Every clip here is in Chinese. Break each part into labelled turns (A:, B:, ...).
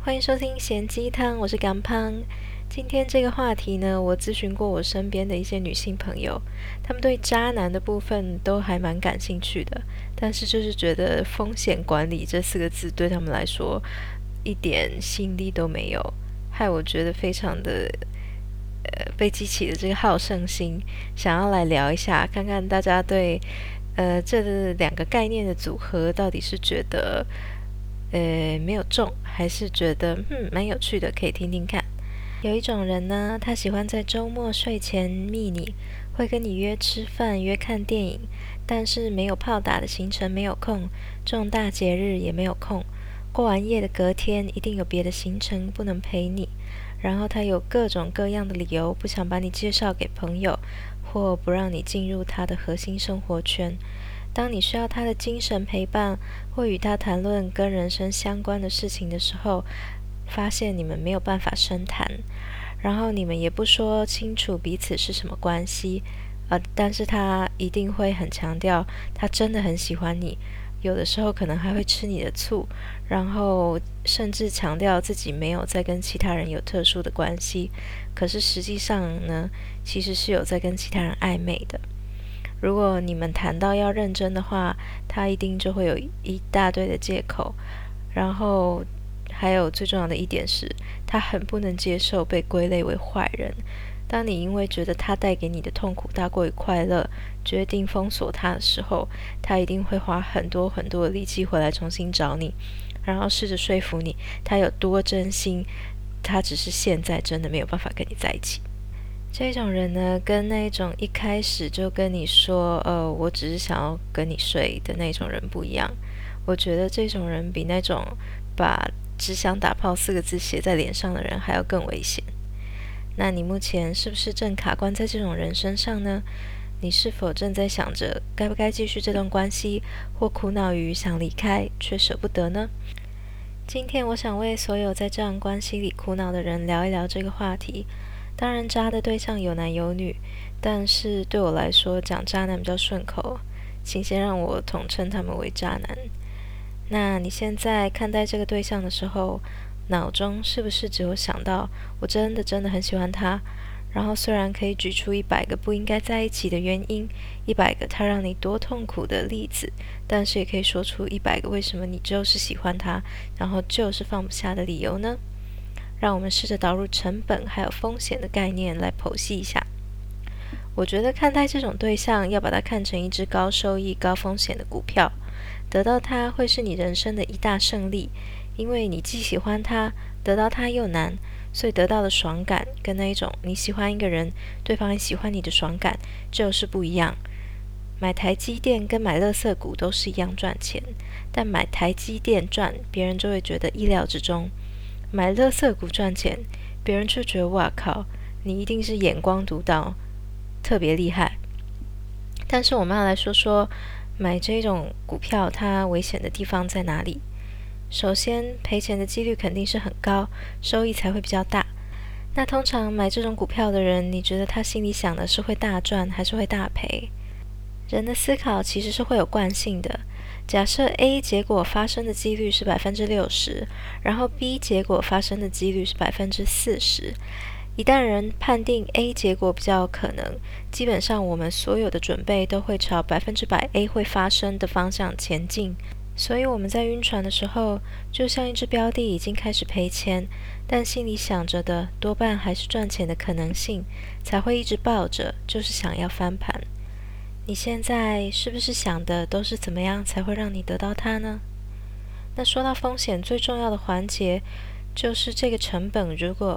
A: 欢迎收听咸鸡汤，我是港胖。今天这个话题呢，我咨询过我身边的一些女性朋友，她们对渣男的部分都还蛮感兴趣的，但是就是觉得风险管理这4个字对她们来说一点吸引力都没有，害我觉得非常的被激起了这个好胜心，想要来聊一下，看看大家对这2个概念的组合到底是觉得没有中，还是觉得蛮有趣的，可以听听看。有一种人呢，他喜欢在周末睡前密你，会跟你约吃饭、约看电影，但是没有炮打的行程没有空，重大节日也没有空，过完夜的隔天一定有别的行程不能陪你，然后他有各种各样的理由不想把你介绍给朋友，或不让你进入他的核心生活圈。当你需要他的精神陪伴，或与他谈论跟人生相关的事情的时候，发现你们没有办法深谈，然后你们也不说清楚彼此是什么关系，但是他一定会很强调他真的很喜欢你，有的时候可能还会吃你的醋，然后甚至强调自己没有在跟其他人有特殊的关系，可是实际上呢，其实是有在跟其他人暧昧的。如果你们谈到要认真的话，他一定就会有一大堆的借口，然后还有最重要的一点是，他很不能接受被归类为坏人。当你因为觉得他带给你的痛苦大过于快乐，决定封锁他的时候，他一定会花很多很多的力气回来重新找你，然后试着说服你他有多真心，他只是现在真的没有办法跟你在一起。这种人呢，跟那种一开始就跟你说我只是想要跟你睡的那种人不一样。我觉得这种人比那种把只想打炮4个字写在脸上的人还要更危险。那你目前是不是正卡关在这种人身上呢？你是否正在想着该不该继续这段关系，或苦恼于想离开却舍不得呢？今天我想为所有在这样关系里苦恼的人聊一聊这个话题。当然渣的对象有男有女，但是对我来说讲渣男比较顺口，请先让我统称他们为渣男。那你现在看待这个对象的时候，脑中是不是只有想到我真的很喜欢他，然后虽然可以举出100个不应该在一起的原因，100个他让你多痛苦的例子，但是也可以说出100个为什么你就是喜欢他，然后就是放不下的理由呢？让我们试着导入成本还有风险的概念来剖析一下。我觉得看待这种对象，要把它看成一只高收益高风险的股票，得到它会是你人生的一大胜利，因为你既喜欢它，得到它又难，所以得到的爽感跟那一种你喜欢一个人，对方也喜欢你的爽感就是不一样。买台积电跟买垃圾股都是一样赚钱，但买台积电赚，别人就会觉得意料之中；买垃圾股赚钱，别人就觉得哇靠，你一定是眼光独到，特别厉害。但是我们要来说说买这种股票它危险的地方在哪里。首先，赔钱的几率肯定是很高，收益才会比较大。那通常买这种股票的人，你觉得他心里想的是会大赚还是会大赔？人的思考其实是会有惯性的。假设 A 结果发生的几率是60%，然后 B 结果发生的几率是40%。一旦人判定 A 结果比较有可能，基本上我们所有的准备都会朝100% A 会发生的方向前进。所以我们在晕船的时候，就像一只标的已经开始赔钱，但心里想着的多半还是赚钱的可能性，才会一直抱着，就是想要翻盘。你现在是不是想的都是怎么样才会让你得到它呢？那说到风险最重要的环节，就是这个成本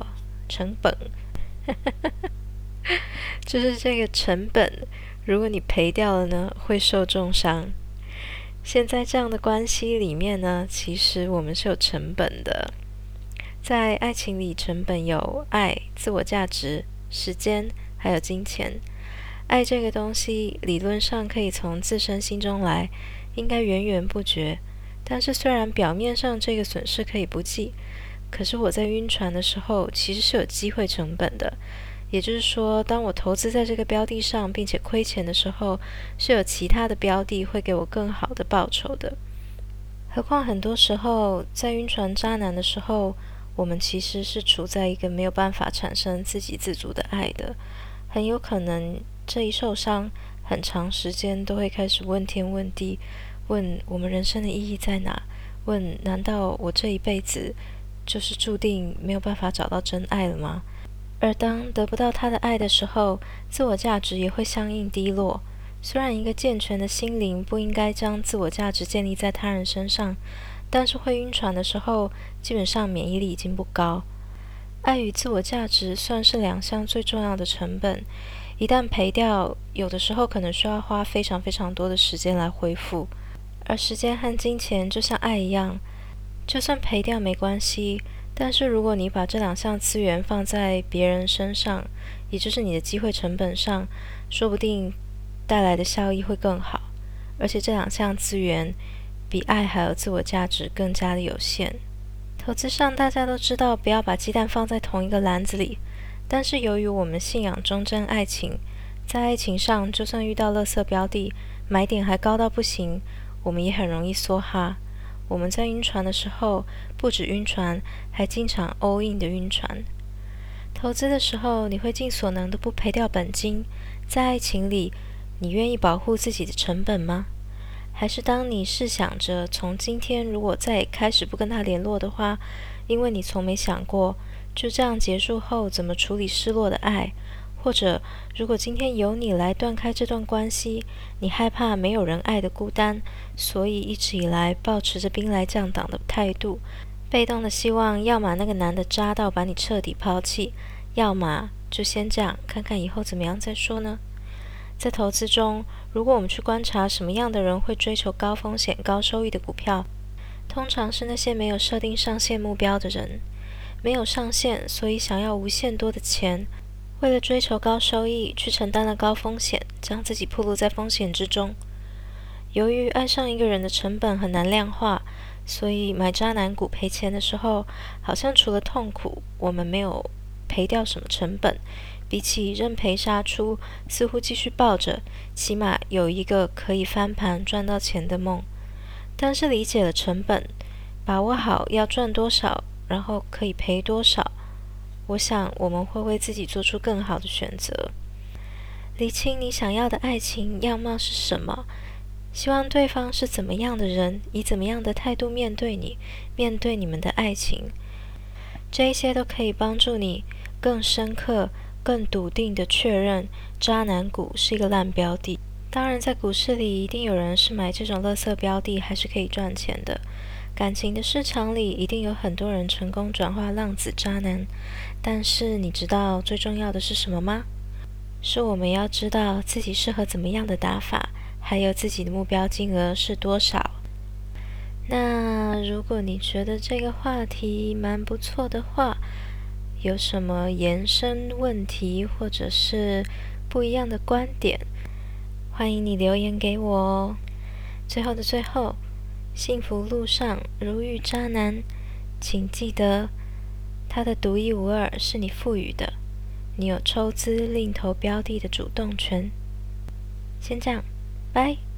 A: 就是这个成本，如果你赔掉了呢，会受重伤。现在这样的关系里面呢，其实我们是有成本的。在爱情里，成本有爱、自我价值、时间，还有金钱。爱这个东西，理论上可以从自身心中来，应该源源不绝。但是虽然表面上这个损失可以不计，可是我在晕船的时候，其实是有机会成本的。也就是说，当我投资在这个标的上，并且亏钱的时候，是有其他的标的会给我更好的报酬的。何况很多时候，在晕船渣男的时候， 我们其实是处在一个没有办法产生自给自足的爱的，很有可能这一受伤，很长时间都会开始问天问地，问我们人生的意义在哪？问难道我这一辈子就是注定没有办法找到真爱了吗？而当得不到他的爱的时候，自我价值也会相应低落。虽然一个健全的心灵不应该将自我价值建立在他人身上，但是会晕船的时候，基本上免疫力已经不高。爱与自我价值算是两项最重要的成本，一旦赔掉，有的时候可能需要花非常非常多的时间来恢复。而时间和金钱就像爱一样，就算赔掉没关系，但是如果你把这两项资源放在别人身上，也就是你的机会成本上，说不定带来的效益会更好。而且这两项资源比爱还有自我价值更加的有限。投资上大家都知道不要把鸡蛋放在同一个篮子里，但是由于我们信仰忠贞爱情，在爱情上就算遇到垃圾标的，买点还高到不行，我们也很容易梭哈。我们在晕船的时候，不止晕船，还经常 all in 的晕船。投资的时候，你会尽所能的不赔掉本金。在爱情里，你愿意保护自己的成本吗？还是当你试想着从今天如果再开始不跟他联络的话，因为你从没想过就这样结束后怎么处理失落的爱，或者如果今天由你来断开这段关系，你害怕没有人爱的孤单，所以一直以来抱持着兵来将挡的态度，被动的希望要么那个男的渣到把你彻底抛弃，要么就先这样看看以后怎么样再说呢？在投资中，如果我们去观察什么样的人会追求高风险高收益的股票，通常是那些没有设定上限目标的人。没有上限，所以想要无限多的钱，为了追求高收益，去承担了高风险，将自己暴露在风险之中。由于爱上一个人的成本很难量化，所以买渣男股赔钱的时候，好像除了痛苦，我们没有赔掉什么成本。比起认赔杀出，似乎继续抱着，起码有一个可以翻盘赚到钱的梦。但是理解了成本，把握好要赚多少，然后可以赔多少，我想我们会为自己做出更好的选择。理清你想要的爱情样貌是什么，希望对方是怎么样的人，以怎么样的态度面对你，面对你们的爱情。这一些都可以帮助你更深刻、更笃定地确认渣男股是一个烂标的。当然，在股市里一定有人是买这种垃圾标的还是可以赚钱的。感情的市场里一定有很多人成功转化浪子渣男，但是你知道最重要的是什么吗？是我们要知道自己适合怎么样的打法，还有自己的目标金额是多少。那如果你觉得这个话题蛮不错的话，有什么延伸问题或者是不一样的观点，欢迎你留言给我哦。最后的最后，幸福路上如遇渣男，请记得他的独一无二是你赋予的，你有抽资另投标的的主动权。先这样，拜。